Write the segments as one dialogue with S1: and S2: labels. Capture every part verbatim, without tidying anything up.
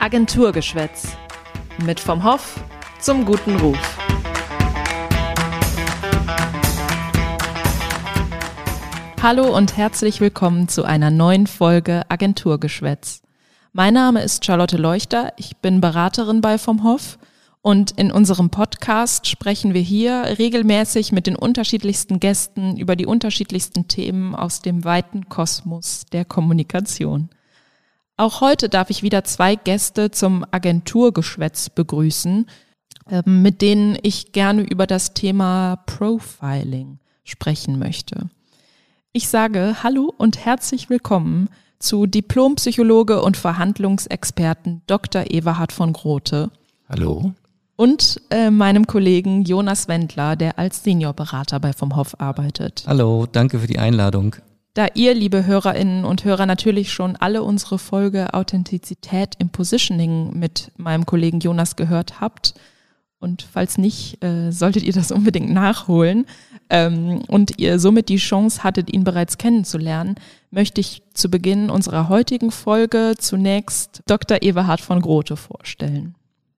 S1: Agenturgeschwätz. Mit vom Hoff zum guten Ruf. Hallo und herzlich willkommen zu einer neuen Folge Agenturgeschwätz. Mein Name ist Charlotte Leuchter, ich bin Beraterin bei vom Hoff und in unserem Podcast sprechen wir hier regelmäßig mit den unterschiedlichsten Gästen über die unterschiedlichsten Themen aus dem weiten Kosmos der Kommunikation. Auch heute darf ich wieder zwei Gäste zum Agenturgeschwätz begrüßen, mit denen ich gerne über das Thema Profiling sprechen möchte. Ich sage Hallo und herzlich willkommen zu Diplompsychologe und Verhandlungsexperten Doktor Eberhard von Grote.
S2: Hallo.
S1: Und äh, meinem Kollegen Jonas Wendler, der als Seniorberater bei vom Hoff arbeitet.
S3: Hallo, danke für die Einladung.
S1: Da ihr, liebe Hörerinnen und Hörer, natürlich schon alle unsere Folge Authentizität im Positioning mit meinem Kollegen Jonas gehört habt, und falls nicht, äh, solltet ihr das unbedingt nachholen ähm, und ihr somit die Chance hattet, ihn bereits kennenzulernen, möchte ich zu Beginn unserer heutigen Folge zunächst Doktor Eberhard von Grote vorstellen.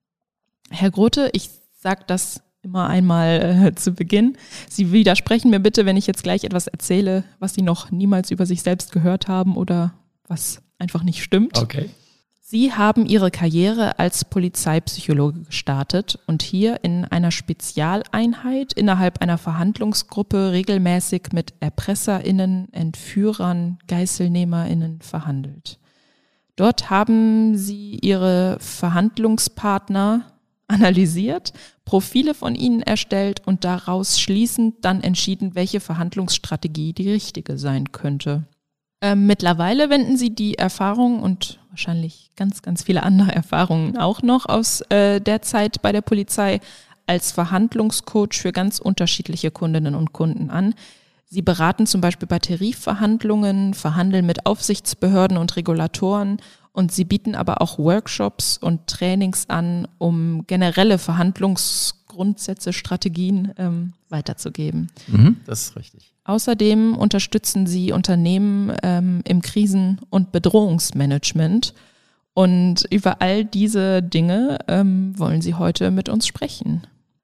S1: Herr Grote, ich sage das immer einmal äh, zu Beginn. Sie widersprechen mir bitte, wenn ich jetzt gleich etwas erzähle, was Sie noch niemals über sich selbst gehört haben oder was einfach nicht stimmt.
S2: Okay.
S1: Sie haben Ihre Karriere als Polizeipsychologe gestartet und hier in einer Spezialeinheit innerhalb einer Verhandlungsgruppe regelmäßig mit ErpresserInnen, Entführern, GeiselnehmerInnen verhandelt. Dort haben Sie Ihre Verhandlungspartner analysiert, Profile von ihnen erstellt und daraus schließend dann entschieden, welche Verhandlungsstrategie die richtige sein könnte. Ähm, mittlerweile wenden Sie die Erfahrungen und wahrscheinlich ganz, ganz viele andere Erfahrungen auch noch aus äh, der Zeit bei der Polizei als Verhandlungscoach für ganz unterschiedliche Kundinnen und Kunden an. Sie beraten zum Beispiel bei Tarifverhandlungen, verhandeln mit Aufsichtsbehörden und Regulatoren und sie bieten aber auch Workshops und Trainings an, um generelle Verhandlungsgrundsätze, Strategien ähm, weiterzugeben.
S2: Mhm, das ist richtig.
S1: Außerdem unterstützen sie Unternehmen ähm, im Krisen- und Bedrohungsmanagement. Und über all diese Dinge ähm, wollen sie heute mit uns sprechen.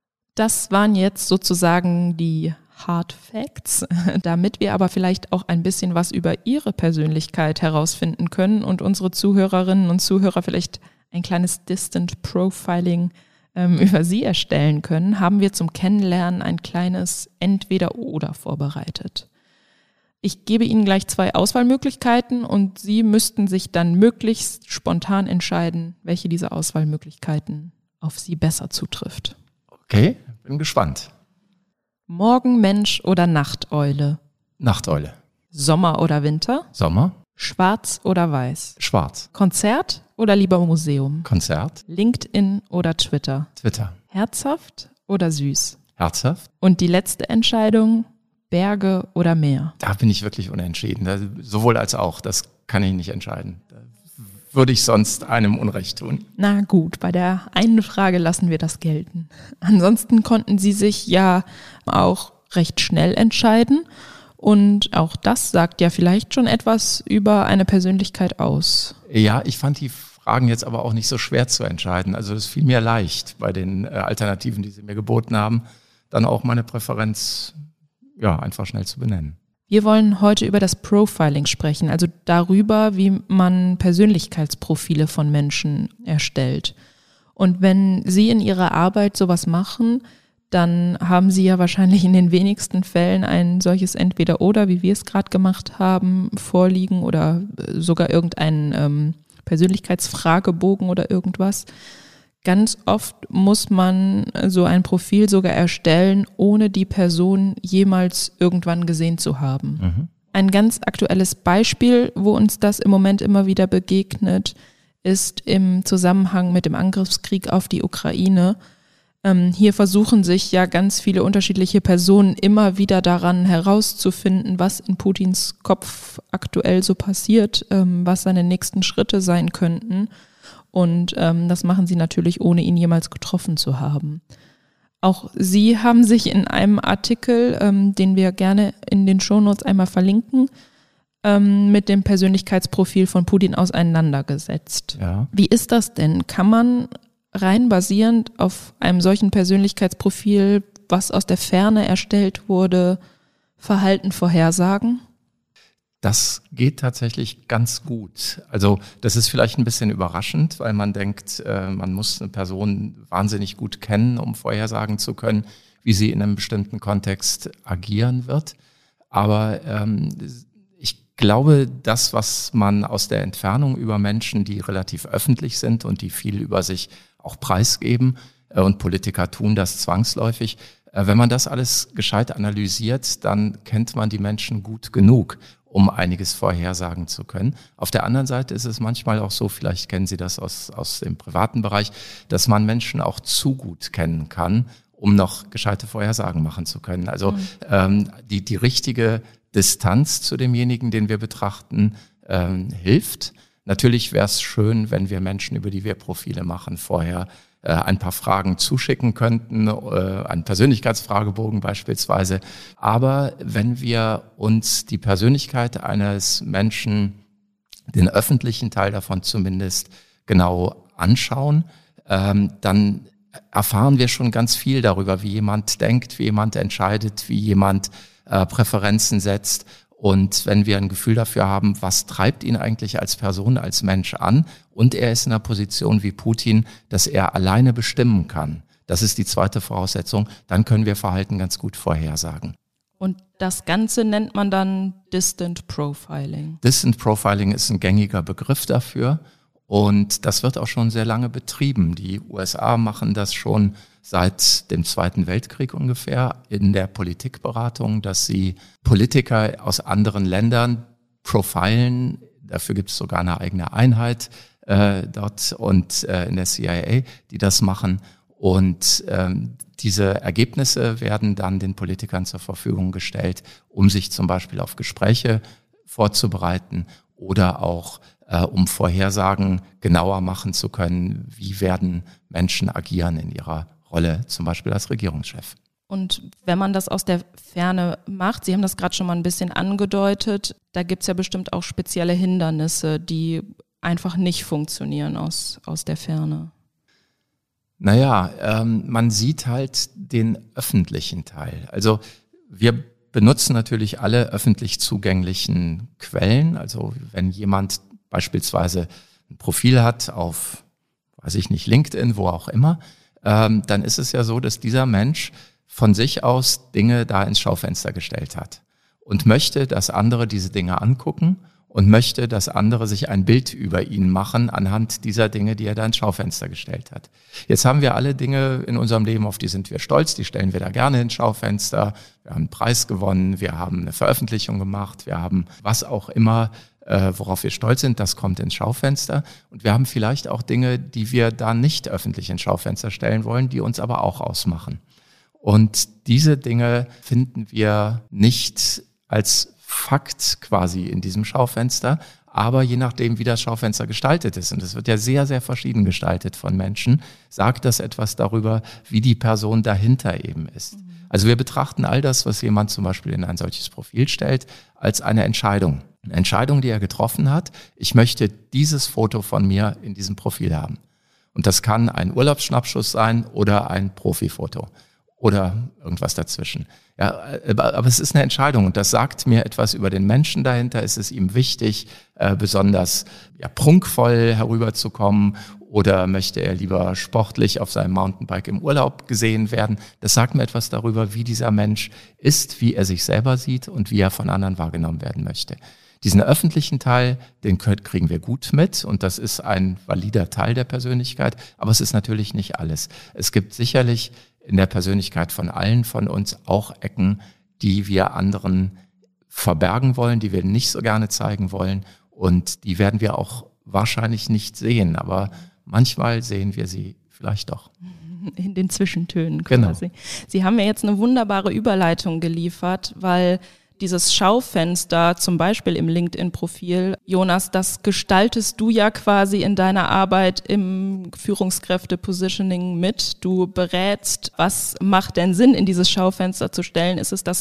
S1: Das waren jetzt sozusagen die Hard Facts, damit wir aber vielleicht auch ein bisschen was über Ihre Persönlichkeit herausfinden können und unsere Zuhörerinnen und Zuhörer vielleicht ein kleines Distant Profiling ähm, über Sie erstellen können, haben wir zum Kennenlernen ein kleines Entweder-Oder vorbereitet. Ich gebe Ihnen gleich zwei Auswahlmöglichkeiten und Sie müssten sich dann möglichst spontan entscheiden, welche dieser Auswahlmöglichkeiten auf Sie besser zutrifft.
S2: Okay, bin gespannt.
S1: Morgenmensch oder Nachteule?
S2: Nachteule.
S1: Sommer oder Winter?
S2: Sommer.
S1: Schwarz oder weiß?
S2: Schwarz.
S1: Konzert oder lieber Museum?
S2: Konzert.
S1: LinkedIn oder Twitter?
S2: Twitter.
S1: Herzhaft oder süß?
S2: Herzhaft.
S1: Und die letzte Entscheidung, Berge oder Meer?
S2: Da bin ich wirklich unentschieden. Da, sowohl als auch, das kann ich nicht entscheiden. Da würde ich sonst einem Unrecht tun.
S1: Na gut, bei der einen Frage lassen wir das gelten. Ansonsten konnten Sie sich ja auch recht schnell entscheiden und auch das sagt ja vielleicht schon etwas über eine Persönlichkeit aus.
S2: Ja, ich fand die Fragen jetzt aber auch nicht so schwer zu entscheiden. Also es fiel mir leicht bei den äh, Alternativen, die Sie mir geboten haben, dann auch meine Präferenz ja einfach schnell zu benennen.
S1: Wir wollen heute über das Profiling sprechen, also darüber, wie man Persönlichkeitsprofile von Menschen erstellt. Und wenn Sie in Ihrer Arbeit sowas machen, dann haben Sie ja wahrscheinlich in den wenigsten Fällen ein solches Entweder-Oder, wie wir es gerade gemacht haben, vorliegen oder sogar irgendeinen ähm, Persönlichkeitsfragebogen oder irgendwas. Ganz oft muss man so ein Profil sogar erstellen, ohne die Person jemals irgendwann gesehen zu haben. Mhm. Ein ganz aktuelles Beispiel, wo uns das im Moment immer wieder begegnet, ist im Zusammenhang mit dem Angriffskrieg auf die Ukraine. Ähm, hier versuchen sich ja ganz viele unterschiedliche Personen immer wieder daran herauszufinden, was in Putins Kopf aktuell so passiert, ähm, was seine nächsten Schritte sein könnten. Und ähm, das machen sie natürlich, ohne ihn jemals getroffen zu haben. Auch Sie haben sich in einem Artikel, ähm, den wir gerne in den Shownotes einmal verlinken, ähm, mit dem Persönlichkeitsprofil von Putin auseinandergesetzt.
S2: Ja.
S1: Wie ist das denn? Kann man rein basierend auf einem solchen Persönlichkeitsprofil, was aus der Ferne erstellt wurde, Verhalten vorhersagen?
S2: Das geht tatsächlich ganz gut. Also das ist vielleicht ein bisschen überraschend, weil man denkt, man muss eine Person wahnsinnig gut kennen, um vorhersagen zu können, wie sie in einem bestimmten Kontext agieren wird. Aber ähm, ich glaube, das, was man aus der Entfernung über Menschen, die relativ öffentlich sind und die viel über sich auch preisgeben, äh, und Politiker tun das zwangsläufig, äh, wenn man das alles gescheit analysiert, dann kennt man die Menschen gut genug, um einiges vorhersagen zu können. Auf der anderen Seite ist es manchmal auch so, vielleicht kennen Sie das aus, aus dem privaten Bereich, dass man Menschen auch zu gut kennen kann, um noch gescheite Vorhersagen machen zu können. Also mhm. ähm, die, die richtige Distanz zu demjenigen, den wir betrachten, ähm, hilft. Natürlich wäre es schön, wenn wir Menschen, über die wir Profile machen, vorher äh, ein paar Fragen zuschicken könnten, äh, einen Persönlichkeitsfragebogen beispielsweise. Aber wenn wir uns die Persönlichkeit eines Menschen, den öffentlichen Teil davon zumindest, genau anschauen, ähm, dann erfahren wir schon ganz viel darüber, wie jemand denkt, wie jemand entscheidet, wie jemand äh, Präferenzen setzt. Und wenn wir ein Gefühl dafür haben, was treibt ihn eigentlich als Person, als Mensch an, und er ist in einer Position wie Putin, dass er alleine bestimmen kann, das ist die zweite Voraussetzung, dann können wir Verhalten ganz gut vorhersagen.
S1: Und das Ganze nennt man dann Distant Profiling.
S2: Distant Profiling ist ein gängiger Begriff dafür. Und das wird auch schon sehr lange betrieben. Die U S A machen das schon seit dem Zweiten Weltkrieg ungefähr in der Politikberatung, dass sie Politiker aus anderen Ländern profilen. Dafür gibt es sogar eine eigene Einheit äh, dort und äh, in der C I A, die das machen. Und ähm, diese Ergebnisse werden dann den Politikern zur Verfügung gestellt, um sich zum Beispiel auf Gespräche vorzubereiten oder auch äh, um Vorhersagen genauer machen zu können, wie werden Menschen agieren in ihrer Rolle, zum Beispiel als Regierungschef.
S1: Und wenn man das aus der Ferne macht, Sie haben das gerade schon mal ein bisschen angedeutet, da gibt es ja bestimmt auch spezielle Hindernisse, die einfach nicht funktionieren aus, aus der Ferne.
S2: Naja, ähm, man sieht halt den öffentlichen Teil. Also wir benutzen natürlich alle öffentlich zugänglichen Quellen. Also wenn jemand beispielsweise ein Profil hat auf, weiß ich nicht, LinkedIn, wo auch immer, ähm, dann ist es ja so, dass dieser Mensch von sich aus Dinge da ins Schaufenster gestellt hat und möchte, dass andere diese Dinge angucken und möchte, dass andere sich ein Bild über ihn machen anhand dieser Dinge, die er da ins Schaufenster gestellt hat. Jetzt haben wir alle Dinge in unserem Leben, auf die sind wir stolz, die stellen wir da gerne ins Schaufenster. Wir haben einen Preis gewonnen, wir haben eine Veröffentlichung gemacht, wir haben was auch immer, äh, worauf wir stolz sind, das kommt ins Schaufenster. Und wir haben vielleicht auch Dinge, die wir da nicht öffentlich ins Schaufenster stellen wollen, die uns aber auch ausmachen. Und diese Dinge finden wir nicht als Fakt quasi in diesem Schaufenster, aber je nachdem, wie das Schaufenster gestaltet ist, und es wird ja sehr, sehr verschieden gestaltet von Menschen, sagt das etwas darüber, wie die Person dahinter eben ist. Mhm. Also wir betrachten all das, was jemand zum Beispiel in ein solches Profil stellt, als eine Entscheidung. Eine Entscheidung, die er getroffen hat. Ich möchte dieses Foto von mir in diesem Profil haben. Und das kann ein Urlaubsschnappschuss sein oder ein Profifoto. Oder irgendwas dazwischen. Ja, aber es ist eine Entscheidung und das sagt mir etwas über den Menschen dahinter. Ist es ihm wichtig, äh, besonders ja, prunkvoll herüberzukommen oder möchte er lieber sportlich auf seinem Mountainbike im Urlaub gesehen werden? Das sagt mir etwas darüber, wie dieser Mensch ist, wie er sich selber sieht und wie er von anderen wahrgenommen werden möchte. Diesen öffentlichen Teil, den kriegen wir gut mit und das ist ein valider Teil der Persönlichkeit, aber es ist natürlich nicht alles. Es gibt sicherlich in der Persönlichkeit von allen von uns auch Ecken, die wir anderen verbergen wollen, die wir nicht so gerne zeigen wollen und die werden wir auch wahrscheinlich nicht sehen, aber manchmal sehen wir sie vielleicht doch.
S1: In den Zwischentönen quasi. Genau. Sie haben mir jetzt eine wunderbare Überleitung geliefert, weil dieses Schaufenster, zum Beispiel im LinkedIn-Profil, Jonas, das gestaltest du ja quasi in deiner Arbeit im Führungskräfte-Positioning mit. Du berätst, was macht denn Sinn, in dieses Schaufenster zu stellen? Ist es das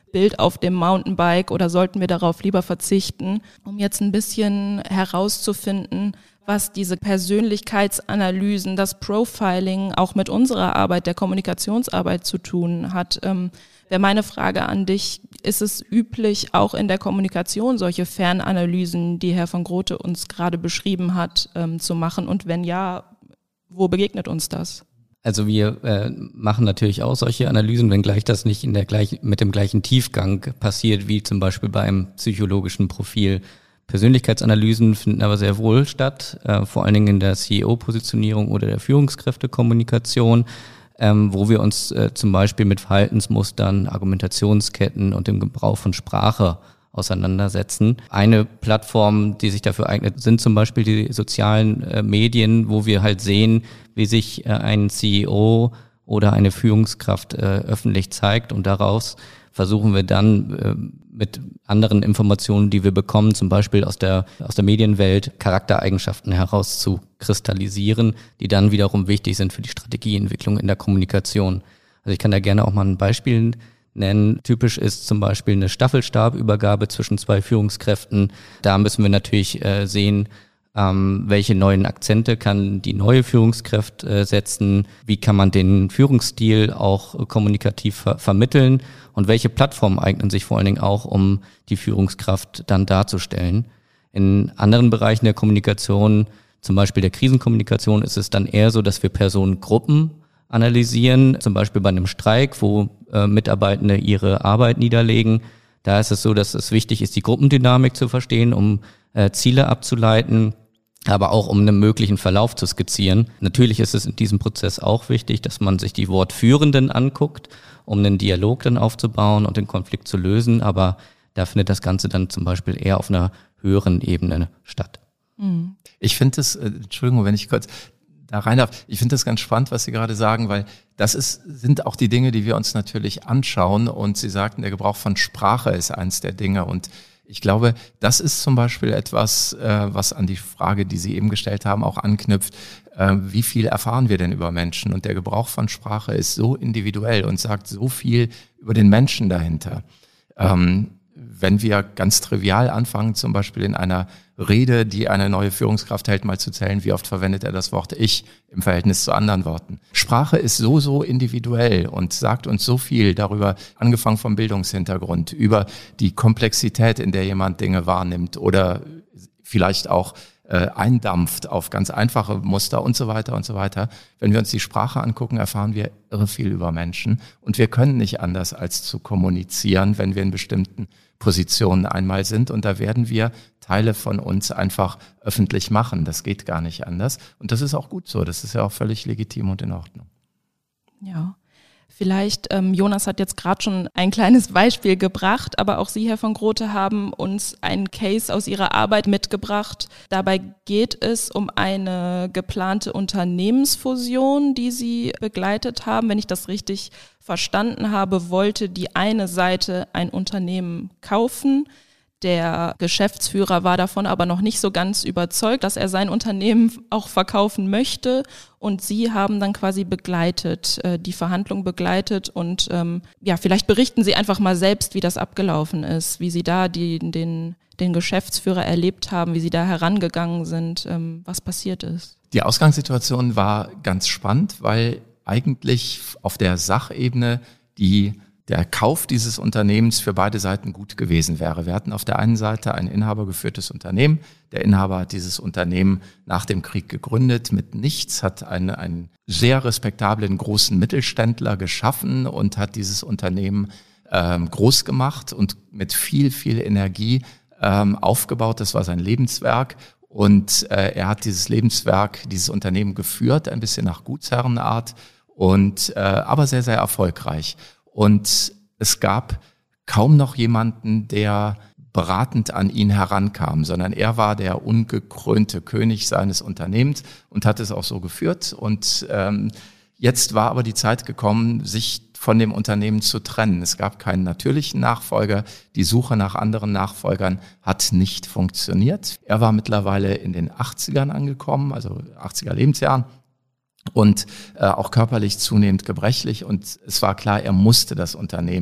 S1: Bild auf dem Mountainbike oder sollten wir darauf lieber verzichten, um jetzt ein bisschen herauszufinden, was diese Persönlichkeitsanalysen, das Profiling auch mit unserer Arbeit, der Kommunikationsarbeit zu tun hat. Ähm, wäre meine Frage an dich, ist es üblich, auch in der Kommunikation solche Fernanalysen, die Herr von Groote uns gerade beschrieben hat, ähm, zu machen? Und wenn ja, wo begegnet uns das?
S3: Also wir äh, machen natürlich auch solche Analysen, wenngleich das nicht in der gleichen, mit dem gleichen Tiefgang passiert, wie zum Beispiel bei einem psychologischen Profil. Persönlichkeitsanalysen finden aber sehr wohl statt, äh, vor allen Dingen in der C E O-Positionierung oder der Führungskräftekommunikation, ähm, wo wir uns äh, zum Beispiel mit Verhaltensmustern, Argumentationsketten und dem Gebrauch von Sprache auseinandersetzen. Eine Plattform, die sich dafür eignet, sind zum Beispiel die sozialen äh, Medien, wo wir halt sehen, wie sich äh, ein C E O oder eine Führungskraft äh, öffentlich zeigt, und daraus versuchen wir dann äh, mit anderen Informationen, die wir bekommen, zum Beispiel aus der aus der Medienwelt, Charaktereigenschaften herauszukristallisieren, die dann wiederum wichtig sind für die Strategieentwicklung in der Kommunikation. Also ich kann da gerne auch mal ein Beispiel nennen. Typisch ist zum Beispiel eine Staffelstabübergabe zwischen zwei Führungskräften. Da müssen wir natürlich äh, sehen, ähm, welche neuen Akzente kann die neue Führungskraft äh, setzen, wie kann man den Führungsstil auch äh, kommunikativ ver- vermitteln und welche Plattformen eignen sich vor allen Dingen auch, um die Führungskraft dann darzustellen. In anderen Bereichen der Kommunikation, zum Beispiel der Krisenkommunikation, ist es dann eher so, dass wir Personengruppen analysieren, zum Beispiel bei einem Streik, wo äh, Mitarbeitende ihre Arbeit niederlegen. Da ist es so, dass es wichtig ist, die Gruppendynamik zu verstehen, um äh, Ziele abzuleiten, aber auch um einen möglichen Verlauf zu skizzieren. Natürlich ist es in diesem Prozess auch wichtig, dass man sich die Wortführenden anguckt, um einen Dialog dann aufzubauen und den Konflikt zu lösen, aber da findet das Ganze dann zum Beispiel eher auf einer höheren Ebene statt.
S2: Ich finde es, äh, Entschuldigung, wenn ich kurz da rein darf. Ich finde das ganz spannend, was Sie gerade sagen, weil das ist, sind auch die Dinge, die wir uns natürlich anschauen. Und Sie sagten, der Gebrauch von Sprache ist eins der Dinge. Und ich glaube, das ist zum Beispiel etwas, äh, was an die Frage, die Sie eben gestellt haben, auch anknüpft. Äh, wie viel erfahren wir denn über Menschen? Und der Gebrauch von Sprache ist so individuell und sagt so viel über den Menschen dahinter. Ähm, wenn wir ganz trivial anfangen, zum Beispiel in einer Rede, die eine neue Führungskraft hält, mal zu zählen, wie oft verwendet er das Wort Ich im Verhältnis zu anderen Worten. Sprache ist so, so individuell und sagt uns so viel darüber, angefangen vom Bildungshintergrund, über die Komplexität, in der jemand Dinge wahrnimmt oder vielleicht auch äh, eindampft auf ganz einfache Muster und so weiter und so weiter. Wenn wir uns die Sprache angucken, erfahren wir irre viel über Menschen und wir können nicht anders als zu kommunizieren, wenn wir in bestimmten Positionen einmal sind, und da werden wir Teile von uns einfach öffentlich machen. Das geht gar nicht anders. Und das ist auch gut so. Das ist ja auch völlig legitim und in Ordnung.
S1: Ja, vielleicht, ähm, Jonas hat jetzt gerade schon ein kleines Beispiel gebracht, aber auch Sie, Herr von Groote, haben uns einen Case aus Ihrer Arbeit mitgebracht. Dabei geht es um eine geplante Unternehmensfusion, die Sie begleitet haben. Wenn ich das richtig verstanden habe, wollte die eine Seite ein Unternehmen kaufen. Der Geschäftsführer war davon aber noch nicht so ganz überzeugt, dass er sein Unternehmen auch verkaufen möchte. Und Sie haben dann quasi begleitet, äh, die Verhandlung begleitet. Und ähm, ja, vielleicht berichten Sie einfach mal selbst, wie das abgelaufen ist, wie Sie da die, den, den Geschäftsführer erlebt haben, wie Sie da herangegangen sind, ähm, was passiert ist.
S2: Die Ausgangssituation war ganz spannend, weil eigentlich auf der Sachebene die der Kauf dieses Unternehmens für beide Seiten gut gewesen wäre. Wir hatten auf der einen Seite ein inhabergeführtes Unternehmen. Der Inhaber hat dieses Unternehmen nach dem Krieg gegründet mit nichts, hat einen, einen sehr respektablen großen Mittelständler geschaffen und hat dieses Unternehmen ähm, groß gemacht und mit viel, viel Energie ähm, aufgebaut. Das war sein Lebenswerk. Und äh, er hat dieses Lebenswerk, dieses Unternehmen geführt, ein bisschen nach Gutsherrenart, und äh, aber sehr, sehr erfolgreich. Und es gab kaum noch jemanden, der beratend an ihn herankam, sondern er war der ungekrönte König seines Unternehmens und hat es auch so geführt. Und ähm, jetzt war aber die Zeit gekommen, sich von dem Unternehmen zu trennen. Es gab keinen natürlichen Nachfolger. Die Suche nach anderen Nachfolgern hat nicht funktioniert. Er war mittlerweile in den achtzigern angekommen, also achtziger Lebensjahren. Und äh, auch körperlich zunehmend gebrechlich, und es war klar, er musste das Unternehmen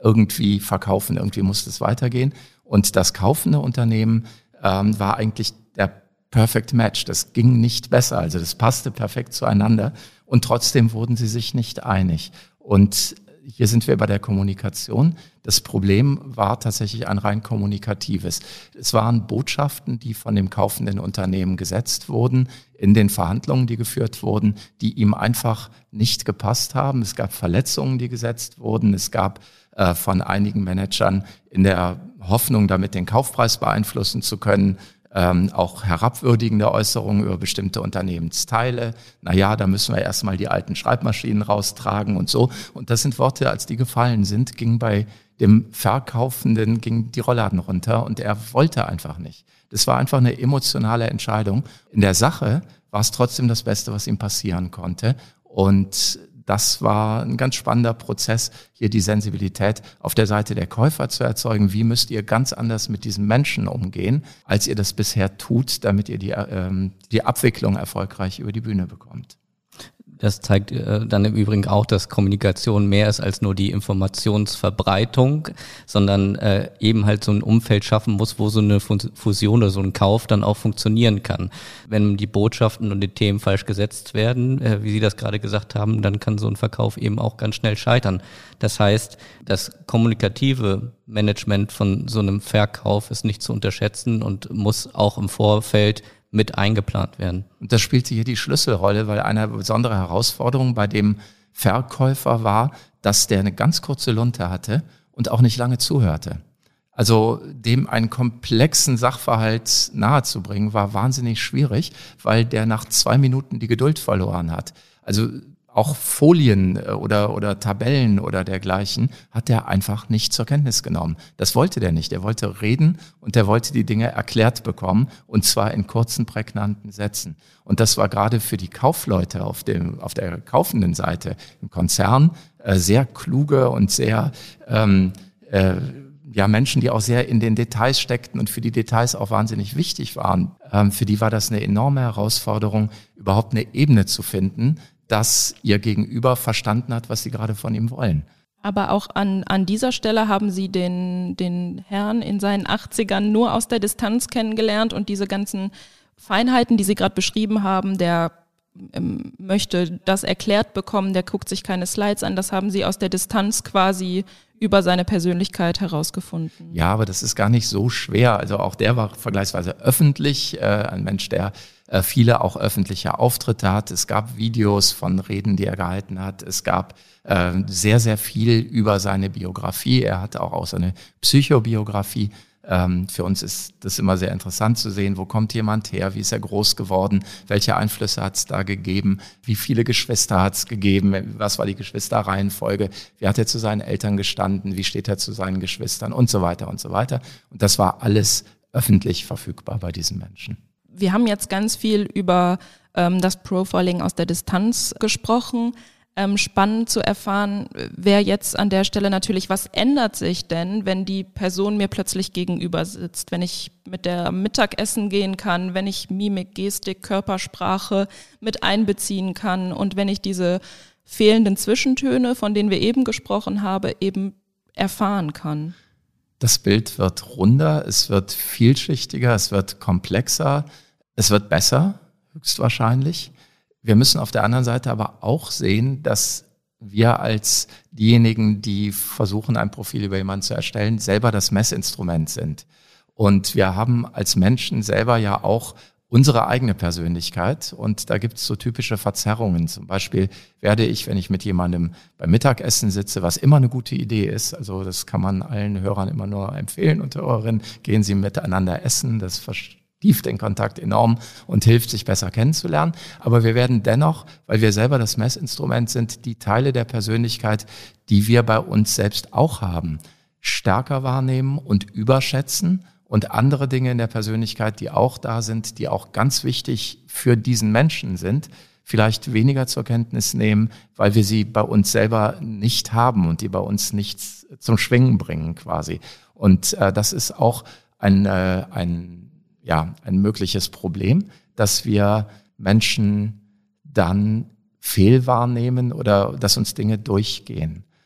S2: irgendwie verkaufen, irgendwie musste es weitergehen. Und das kaufende Unternehmen ähm, war eigentlich der Perfect Match. Das ging nicht besser, also das passte perfekt zueinander und trotzdem wurden sie sich nicht einig. Und hier sind wir bei der Kommunikation. Das Problem war tatsächlich ein rein kommunikatives. Es waren Botschaften, die von dem kaufenden Unternehmen gesetzt wurden, in den Verhandlungen, die geführt wurden, die ihm einfach nicht gepasst haben. Es gab Verletzungen, die gesetzt wurden. Es gab äh, von einigen Managern in der Hoffnung, damit den Kaufpreis beeinflussen zu können, Ähm, auch herabwürdigende Äußerungen über bestimmte Unternehmensteile. Naja, da müssen wir erstmal die alten Schreibmaschinen raustragen und so. Und das sind Worte, als die gefallen sind, ging bei dem Verkaufenden ging die Rollladen runter und er wollte einfach nicht. Das war einfach eine emotionale Entscheidung. In der Sache war es trotzdem das Beste, was ihm passieren konnte. Und das war ein ganz spannender Prozess, hier die Sensibilität auf der Seite der Käufer zu erzeugen. Wie müsst ihr ganz anders mit diesen Menschen umgehen, als ihr das bisher tut, damit ihr die, ähm, die Abwicklung erfolgreich über die Bühne bekommt?
S3: Das zeigt äh, dann im Übrigen auch, dass Kommunikation mehr ist als nur die Informationsverbreitung, sondern äh, eben halt so ein Umfeld schaffen muss, wo so eine Fusion oder so ein Kauf dann auch funktionieren kann. Wenn die Botschaften und die Themen falsch gesetzt werden, äh, wie Sie das gerade gesagt haben, dann kann so ein Verkauf eben auch ganz schnell scheitern. Das heißt, das kommunikative Management von so einem Verkauf ist nicht zu unterschätzen und muss auch im Vorfeld mit eingeplant werden.
S2: Und das spielte hier die Schlüsselrolle, weil eine besondere Herausforderung bei dem Verkäufer war, dass der eine ganz kurze Lunte hatte und auch nicht lange zuhörte. Also dem einen komplexen Sachverhalt nahezubringen, war wahnsinnig schwierig, weil der nach zwei Minuten die Geduld verloren hat. Also auch Folien oder, oder Tabellen oder dergleichen hat er einfach nicht zur Kenntnis genommen. Das wollte der nicht. Er wollte reden und er wollte die Dinge erklärt bekommen und zwar in kurzen, prägnanten Sätzen. Und das war gerade für die Kaufleute auf dem, auf der kaufenden Seite im Konzern äh, sehr kluge und sehr, ähm, äh, ja, Menschen, die auch sehr in den Details steckten und für die Details auch wahnsinnig wichtig waren. Ähm, für die war das eine enorme Herausforderung, überhaupt eine Ebene zu finden, dass ihr Gegenüber verstanden hat, was sie gerade von ihm wollen.
S1: Aber auch an, an dieser Stelle haben Sie den, den Herrn in seinen achtzigern nur aus der Distanz kennengelernt und diese ganzen Feinheiten, die Sie gerade beschrieben haben, der ähm, möchte das erklärt bekommen, der guckt sich keine Slides an, das haben Sie aus der Distanz quasi über seine Persönlichkeit herausgefunden.
S2: Ja, aber das ist gar nicht so schwer. Also auch der war vergleichsweise öffentlich, äh, ein Mensch, der äh, viele auch öffentliche Auftritte hat. Es gab Videos von Reden, die er gehalten hat. Es gab äh, sehr, sehr viel über seine Biografie. Er hatte auch, auch seine Psychobiografie. Ähm, für uns ist das immer sehr interessant zu sehen, wo kommt jemand her, wie ist er groß geworden, welche Einflüsse hat es da gegeben, wie viele Geschwister hat es gegeben, was war die Geschwisterreihenfolge, wie hat er zu seinen Eltern gestanden, wie steht er zu seinen Geschwistern und so weiter und so weiter. Und das war alles öffentlich verfügbar bei diesen Menschen.
S1: Wir haben jetzt ganz viel über ähm, das Profiling aus der Distanz gesprochen. Ähm, spannend zu erfahren, wer jetzt an der Stelle natürlich, was ändert sich denn, wenn die Person mir plötzlich gegenüber sitzt, wenn ich mit der Mittagessen gehen kann, wenn ich Mimik, Gestik, Körpersprache mit einbeziehen kann und wenn ich diese fehlenden Zwischentöne, von denen wir eben gesprochen haben, eben erfahren kann.
S2: Das Bild wird runder, es wird vielschichtiger, es wird komplexer, es wird besser, höchstwahrscheinlich. Wir müssen auf der anderen Seite aber auch sehen, dass wir als diejenigen, die versuchen, ein Profil über jemanden zu erstellen, selber das Messinstrument sind. Und wir haben als Menschen selber ja auch unsere eigene Persönlichkeit und da gibt es so typische Verzerrungen. Zum Beispiel werde ich, wenn ich mit jemandem beim Mittagessen sitze, was immer eine gute Idee ist, also das kann man allen Hörern immer nur empfehlen und Hörerinnen, gehen Sie miteinander essen, das versteht tieft den Kontakt enorm und hilft, sich besser kennenzulernen. Aber wir werden dennoch, weil wir selber das Messinstrument sind, die Teile der Persönlichkeit, die wir bei uns selbst auch haben, stärker wahrnehmen und überschätzen und andere Dinge in der Persönlichkeit, die auch da sind, die auch ganz wichtig für diesen Menschen sind, vielleicht weniger zur Kenntnis nehmen, weil wir sie bei uns selber nicht haben und die bei uns nichts zum Schwingen bringen quasi. Und äh, das ist auch ein, äh, ein ja, ein mögliches Problem, dass wir Menschen dann fehlwahrnehmen oder dass uns Dinge durchgehen.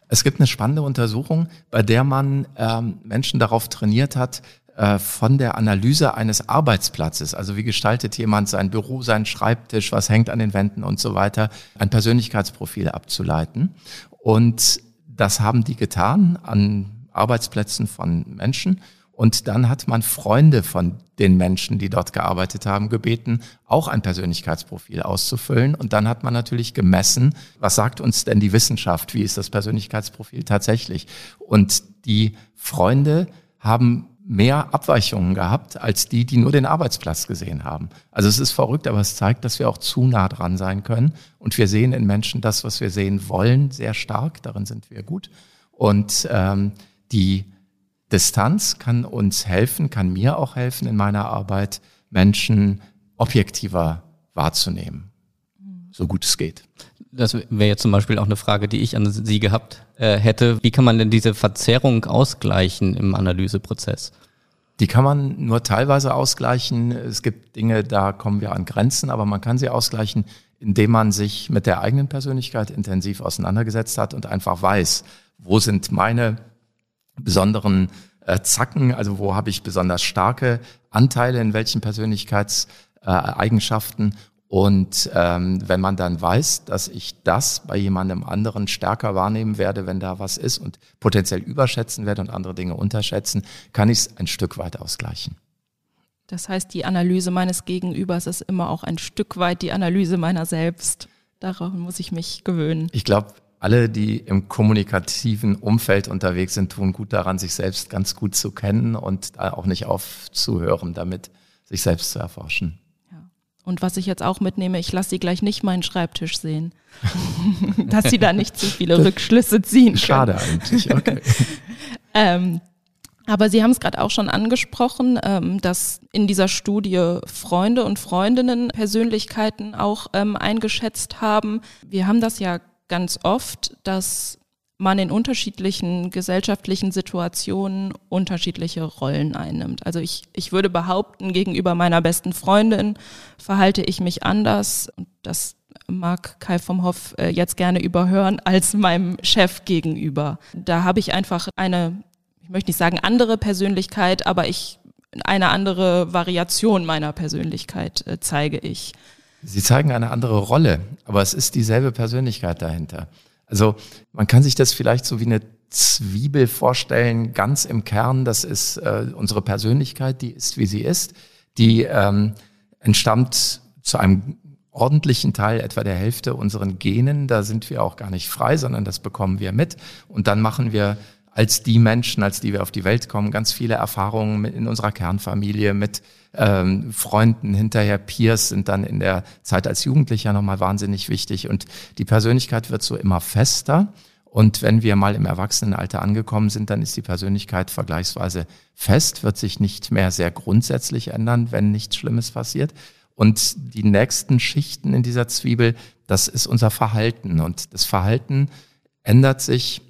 S2: Es gibt eine spannende Untersuchung, bei der man ähm, Menschen darauf trainiert hat, äh, von der Analyse eines Arbeitsplatzes, also wie gestaltet jemand sein Büro, seinen Schreibtisch, was hängt an den Wänden und so weiter, ein Persönlichkeitsprofil abzuleiten. Und das haben die getan an Arbeitsplätzen von Menschen. Und dann hat man Freunde von den Menschen, die dort gearbeitet haben, gebeten, auch ein Persönlichkeitsprofil auszufüllen. Und dann hat man natürlich gemessen, was sagt uns denn die Wissenschaft, wie ist das Persönlichkeitsprofil tatsächlich? Und die Freunde haben mehr Abweichungen gehabt als die, die nur den Arbeitsplatz gesehen haben. Also es ist verrückt, aber es zeigt, dass wir auch zu nah dran sein können. Und wir sehen in Menschen das, was wir sehen wollen, sehr stark. Darin sind wir gut. Und ähm, die Distanz kann uns helfen, kann mir auch helfen in meiner Arbeit, Menschen objektiver wahrzunehmen, so gut es geht.
S3: Das wäre jetzt zum Beispiel auch eine Frage, die ich an Sie gehabt äh, hätte. Wie kann man denn diese Verzerrung ausgleichen im Analyseprozess?
S2: Die kann man nur teilweise ausgleichen. Es gibt Dinge, da kommen wir an Grenzen, aber man kann sie ausgleichen, indem man sich mit der eigenen Persönlichkeit intensiv auseinandergesetzt hat und einfach weiß, wo sind meine besonderen äh, Zacken, also wo habe ich besonders starke Anteile in welchen Persönlichkeitseigenschaften. Äh, und ähm, wenn man dann weiß, dass ich das bei jemandem anderen stärker wahrnehmen werde, wenn da was ist und potenziell überschätzen werde und andere Dinge unterschätzen, kann ich es ein Stück weit ausgleichen.
S1: Das heißt, die Analyse meines Gegenübers ist immer auch ein Stück weit die Analyse meiner selbst. Darauf muss ich mich gewöhnen.
S2: Ich glaube, alle, die im kommunikativen Umfeld unterwegs sind, tun gut daran, sich selbst ganz gut zu kennen und auch nicht aufzuhören, damit sich selbst zu erforschen.
S1: Ja. Und was ich jetzt auch mitnehme, ich lasse Sie gleich nicht meinen Schreibtisch sehen, dass Sie da nicht zu viele Rückschlüsse ziehen können.
S2: Schade eigentlich, okay.
S1: ähm, aber Sie haben es gerade auch schon angesprochen, ähm, dass in dieser Studie Freunde und Freundinnen Persönlichkeiten auch ähm, eingeschätzt haben. Wir haben das ja ganz oft, dass man in unterschiedlichen gesellschaftlichen Situationen unterschiedliche Rollen einnimmt. Also ich, ich würde behaupten, gegenüber meiner besten Freundin verhalte ich mich anders, und das mag Kai vom Hoff äh, jetzt gerne überhören, als meinem Chef gegenüber. Da habe ich einfach eine, ich möchte nicht sagen andere Persönlichkeit, aber ich eine andere Variation meiner Persönlichkeit äh, zeige ich.
S2: Sie zeigen eine andere Rolle, aber es ist dieselbe Persönlichkeit dahinter. Also man kann sich das vielleicht so wie eine Zwiebel vorstellen, ganz im Kern, das ist äh, unsere Persönlichkeit, die ist, wie sie ist. Die ähm, entstammt zu einem ordentlichen Teil, etwa der Hälfte unseren Genen. Da sind wir auch gar nicht frei, sondern das bekommen wir mit. Und dann machen wir als die Menschen, als die wir auf die Welt kommen, ganz viele Erfahrungen in unserer Kernfamilie, mit ähm, Freunden, hinterher Peers sind dann in der Zeit als Jugendlicher nochmal wahnsinnig wichtig. Und die Persönlichkeit wird so immer fester. Und wenn wir mal im Erwachsenenalter angekommen sind, dann ist die Persönlichkeit vergleichsweise fest, wird sich nicht mehr sehr grundsätzlich ändern, wenn nichts Schlimmes passiert. Und die nächsten Schichten in dieser Zwiebel, das ist unser Verhalten. Und das Verhalten ändert sich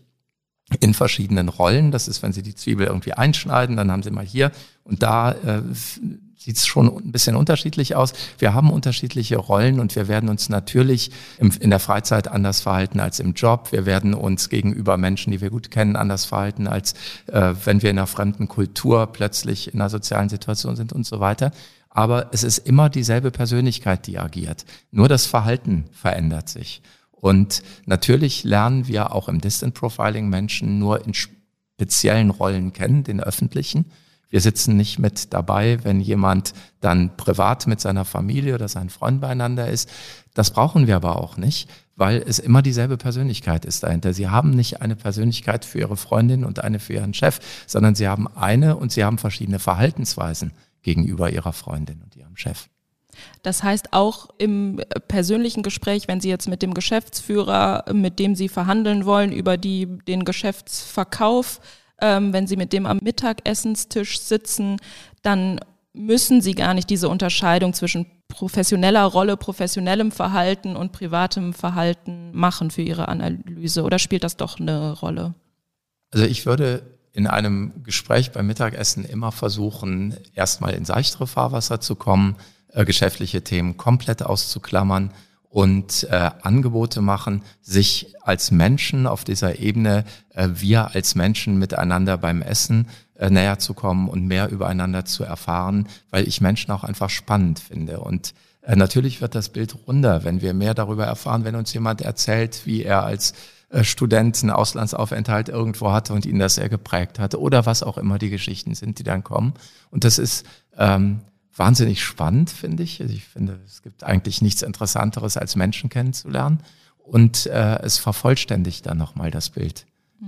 S2: in verschiedenen Rollen. Das ist, wenn Sie die Zwiebel irgendwie einschneiden, dann haben Sie mal hier und da äh, sieht es schon ein bisschen unterschiedlich aus. Wir haben unterschiedliche Rollen und wir werden uns natürlich im, in der Freizeit anders verhalten als im Job. Wir werden uns gegenüber Menschen, die wir gut kennen, anders verhalten, als äh, wenn wir in einer fremden Kultur plötzlich in einer sozialen Situation sind und so weiter. Aber es ist immer dieselbe Persönlichkeit, die agiert. Nur das Verhalten verändert sich. Und natürlich lernen wir auch im Distant Profiling Menschen nur in speziellen Rollen kennen, den öffentlichen. Wir sitzen nicht mit dabei, wenn jemand dann privat mit seiner Familie oder seinen Freunden beieinander ist. Das brauchen wir aber auch nicht, weil es immer dieselbe Persönlichkeit ist dahinter. Sie haben nicht eine Persönlichkeit für Ihre Freundin und eine für Ihren Chef, sondern Sie haben eine und Sie haben verschiedene Verhaltensweisen gegenüber Ihrer Freundin und Ihrem Chef.
S1: Das heißt, auch im persönlichen Gespräch, wenn Sie jetzt mit dem Geschäftsführer, mit dem Sie verhandeln wollen, über die, den Geschäftsverkauf, ähm, wenn Sie mit dem am Mittagessenstisch sitzen, dann müssen Sie gar nicht diese Unterscheidung zwischen professioneller Rolle, professionellem Verhalten und privatem Verhalten machen für Ihre Analyse. Oder spielt das doch eine Rolle?
S2: Also ich würde in einem Gespräch beim Mittagessen immer versuchen, erstmal in seichtere Fahrwasser zu kommen, geschäftliche Themen komplett auszuklammern und äh, Angebote machen, sich als Menschen auf dieser Ebene, äh, wir als Menschen miteinander beim Essen äh, näher zu kommen und mehr übereinander zu erfahren, weil ich Menschen auch einfach spannend finde. Und äh, natürlich wird das Bild runder, wenn wir mehr darüber erfahren, wenn uns jemand erzählt, wie er als äh, Student einen Auslandsaufenthalt irgendwo hatte und ihn das sehr geprägt hatte oder was auch immer die Geschichten sind, die dann kommen. Und das ist ähm, wahnsinnig spannend, finde ich. Also ich finde, es gibt eigentlich nichts Interessanteres, als Menschen kennenzulernen. Und äh, es vervollständigt dann nochmal das Bild.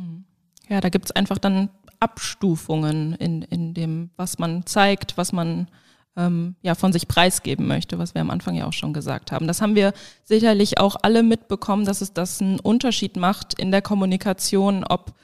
S1: Ja, da gibt es einfach dann Abstufungen in, in dem, was man zeigt, was man ähm, ja von sich preisgeben möchte, was wir am Anfang ja auch schon gesagt haben. Das haben wir sicherlich auch alle mitbekommen, dass es das einen Unterschied macht in der Kommunikation, ob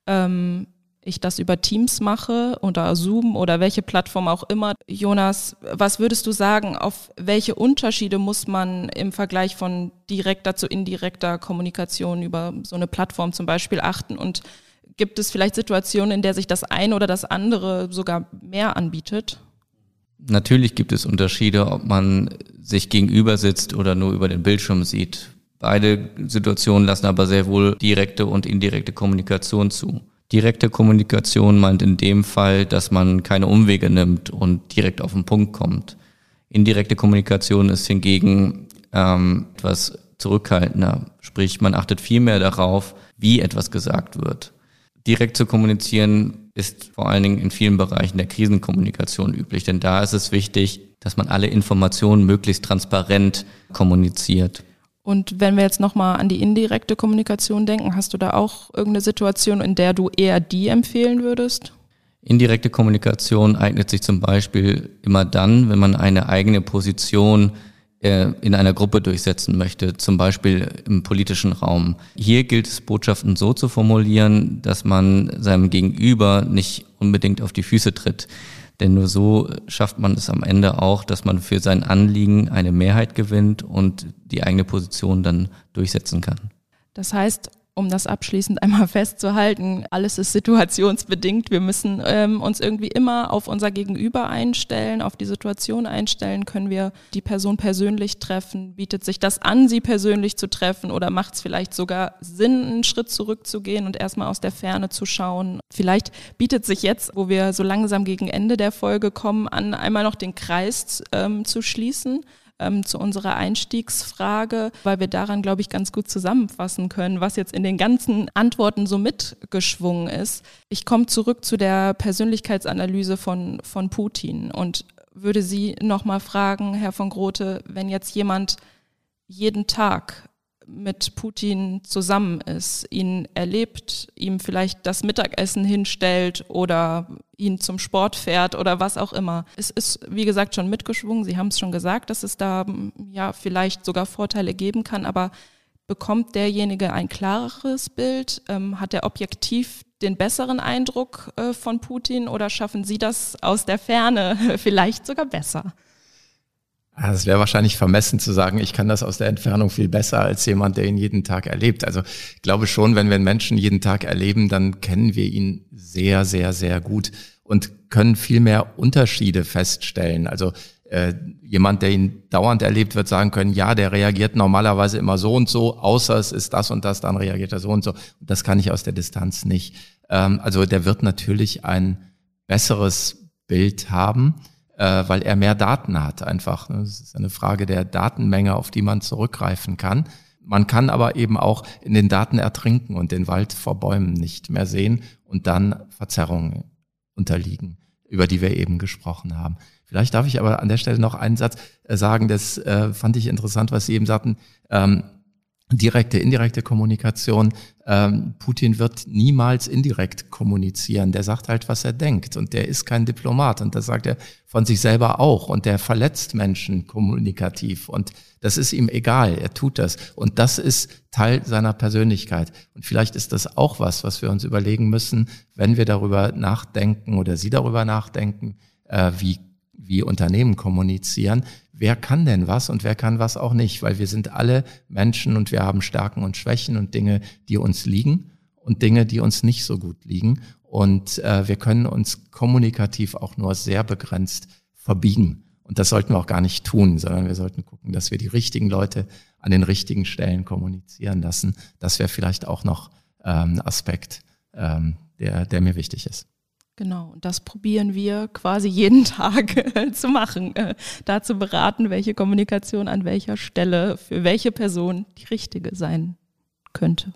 S1: ähm, ich das über Teams mache oder Zoom oder welche Plattform auch immer. Jonas, was würdest du sagen, auf welche Unterschiede muss man im Vergleich von direkter zu indirekter Kommunikation über so eine Plattform zum Beispiel achten? Und gibt es vielleicht Situationen, in der sich das eine oder das andere sogar mehr anbietet?
S3: Natürlich gibt es Unterschiede, ob man sich gegenüber sitzt oder nur über den Bildschirm sieht. Beide Situationen lassen aber sehr wohl direkte und indirekte Kommunikation zu. Direkte Kommunikation meint in dem Fall, dass man keine Umwege nimmt und direkt auf den Punkt kommt. Indirekte Kommunikation ist hingegen ähm, etwas zurückhaltender, sprich man achtet viel mehr darauf, wie etwas gesagt wird. Direkt zu kommunizieren ist vor allen Dingen in vielen Bereichen der Krisenkommunikation üblich, denn da ist es wichtig, dass man alle Informationen möglichst transparent kommuniziert.
S1: Und wenn wir jetzt nochmal an die indirekte Kommunikation denken, hast du da auch irgendeine Situation, in der du eher die empfehlen würdest?
S3: Indirekte Kommunikation eignet sich zum Beispiel immer dann, wenn man eine eigene Position äh, in einer Gruppe durchsetzen möchte, zum Beispiel im politischen Raum. Hier gilt es, Botschaften so zu formulieren, dass man seinem Gegenüber nicht unbedingt auf die Füße tritt. Denn nur so schafft man es am Ende auch, dass man für sein Anliegen eine Mehrheit gewinnt und die eigene Position dann durchsetzen kann.
S1: Das heißt, um das abschließend einmal festzuhalten, alles ist situationsbedingt. Wir müssen ähm, uns irgendwie immer auf unser Gegenüber einstellen, auf die Situation einstellen. Können wir die Person persönlich treffen? Bietet sich das an, sie persönlich zu treffen? Oder macht es vielleicht sogar Sinn, einen Schritt zurückzugehen und erstmal aus der Ferne zu schauen? Vielleicht bietet sich jetzt, wo wir so langsam gegen Ende der Folge kommen, an, einmal noch den Kreis ähm, zu schließen. Ähm, zu unserer Einstiegsfrage, weil wir daran, glaube ich, ganz gut zusammenfassen können, was jetzt in den ganzen Antworten so mitgeschwungen ist. Ich komme zurück zu der Persönlichkeitsanalyse von, von Putin und würde Sie nochmal fragen, Herr von Groote, wenn jetzt jemand jeden Tag mit Putin zusammen ist, ihn erlebt, ihm vielleicht das Mittagessen hinstellt oder ihn zum Sport fährt oder was auch immer. Es ist, wie gesagt, schon mitgeschwungen. Sie haben es schon gesagt, dass es da ja vielleicht sogar Vorteile geben kann, aber bekommt derjenige ein klareres Bild? Ähm, hat er objektiv den besseren Eindruck äh, von Putin oder schaffen Sie das aus der Ferne vielleicht sogar besser?
S2: Es wäre wahrscheinlich vermessen zu sagen, ich kann das aus der Entfernung viel besser als jemand, der ihn jeden Tag erlebt. Also ich glaube schon, wenn wir einen Menschen jeden Tag erleben, dann kennen wir ihn sehr, sehr, sehr gut und können viel mehr Unterschiede feststellen. Also äh, jemand, der ihn dauernd erlebt, wird sagen können, ja, der reagiert normalerweise immer so und so, außer es ist das und das, dann reagiert er so und so. Und das kann ich aus der Distanz nicht. Ähm, also der wird natürlich ein besseres Bild haben, weil er mehr Daten hat einfach. Das ist eine Frage der Datenmenge, auf die man zurückgreifen kann. Man kann aber eben auch in den Daten ertrinken und den Wald vor Bäumen nicht mehr sehen und dann Verzerrungen unterliegen, über die wir eben gesprochen haben. Vielleicht darf ich aber an der Stelle noch einen Satz sagen, das fand ich interessant, was Sie eben sagten, direkte, indirekte Kommunikation. Ähm, Putin wird niemals indirekt kommunizieren. Der sagt halt, was er denkt. Und der ist kein Diplomat. Und das sagt er von sich selber auch. Und der verletzt Menschen kommunikativ. Und das ist ihm egal. Er tut das. Und das ist Teil seiner Persönlichkeit. Und vielleicht ist das auch was, was wir uns überlegen müssen, wenn wir darüber nachdenken oder Sie darüber nachdenken, äh, wie wie Unternehmen kommunizieren. Wer kann denn was und wer kann was auch nicht? Weil wir sind alle Menschen und wir haben Stärken und Schwächen und Dinge, die uns liegen und Dinge, die uns nicht so gut liegen. Und äh, wir können uns kommunikativ auch nur sehr begrenzt verbiegen. Und das sollten wir auch gar nicht tun, sondern wir sollten gucken, dass wir die richtigen Leute an den richtigen Stellen kommunizieren lassen. Das wäre vielleicht auch noch ähm, ein Aspekt, ähm, der, der mir wichtig ist.
S1: Genau, und das probieren wir quasi jeden Tag äh, zu machen, äh, da zu beraten, welche Kommunikation an welcher Stelle für welche Person die richtige sein könnte.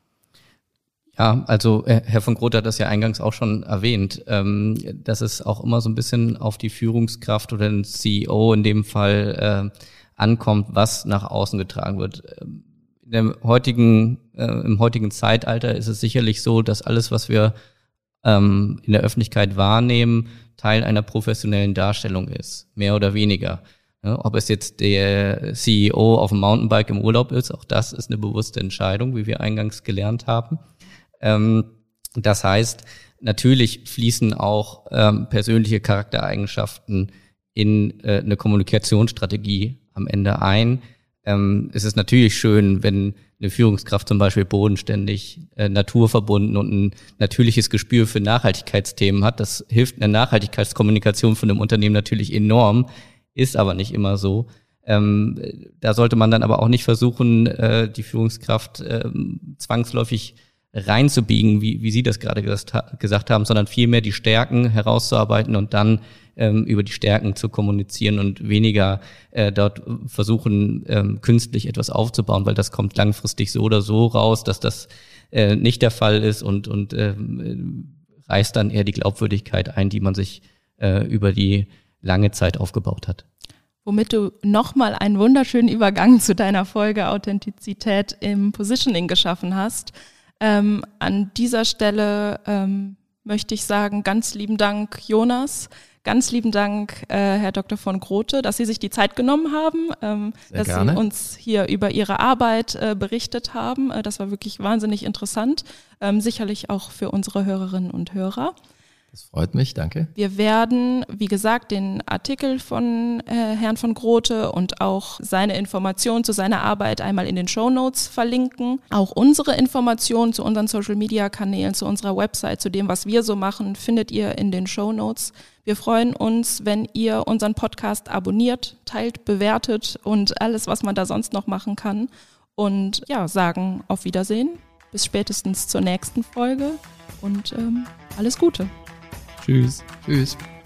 S3: Ja, also äh, Herr von Groth hat das ja eingangs auch schon erwähnt, ähm, dass es auch immer so ein bisschen auf die Führungskraft oder den C E O in dem Fall äh, ankommt, was nach außen getragen wird. In dem heutigen, äh, im heutigen Zeitalter ist es sicherlich so, dass alles, was wir ähm, in der Öffentlichkeit wahrnehmen, Teil einer professionellen Darstellung ist, mehr oder weniger. Ja, ob es jetzt der C E O auf dem Mountainbike im Urlaub ist, auch das ist eine bewusste Entscheidung, wie wir eingangs gelernt haben. Ähm, das heißt, natürlich fließen auch ähm, persönliche Charaktereigenschaften in äh, eine Kommunikationsstrategie am Ende ein. Ähm, es ist natürlich schön, wenn eine Führungskraft zum Beispiel bodenständig, äh, naturverbunden und ein natürliches Gespür für Nachhaltigkeitsthemen hat. Das hilft in der Nachhaltigkeitskommunikation von einem Unternehmen natürlich enorm, ist aber nicht immer so. Ähm, da sollte man dann aber auch nicht versuchen, äh, die Führungskraft äh, zwangsläufig reinzubiegen, wie, wie Sie das gerade gesagt, gesagt haben, sondern vielmehr die Stärken herauszuarbeiten und dann ähm, über die Stärken zu kommunizieren und weniger äh, dort versuchen, ähm, künstlich etwas aufzubauen, weil das kommt langfristig so oder so raus, dass das äh, nicht der Fall ist und, und äh, reißt dann eher die Glaubwürdigkeit ein, die man sich äh, über die lange Zeit aufgebaut hat.
S1: Womit du nochmal einen wunderschönen Übergang zu deiner Folge Authentizität im Positioning geschaffen hast. Ähm, an dieser Stelle ähm, möchte ich sagen, ganz lieben Dank, Jonas, ganz lieben Dank, äh, Herr Doktor von Grote, dass Sie sich die Zeit genommen haben, ähm, dass gerne. Sie uns hier über Ihre Arbeit äh, berichtet haben. Äh, das war wirklich wahnsinnig interessant, ähm, sicherlich auch für unsere Hörerinnen und Hörer.
S2: Das freut mich, danke.
S1: Wir werden, wie gesagt, den Artikel von äh, Herrn von Grote und auch seine Informationen zu seiner Arbeit einmal in den Shownotes verlinken. Auch unsere Informationen zu unseren Social-Media-Kanälen, zu unserer Website, zu dem, was wir so machen, findet ihr in den Shownotes. Wir freuen uns, wenn ihr unseren Podcast abonniert, teilt, bewertet und alles, was man da sonst noch machen kann. Und ja, sagen auf Wiedersehen, bis spätestens zur nächsten Folge und ähm, alles Gute.
S3: Tschüss.
S2: Tschüss.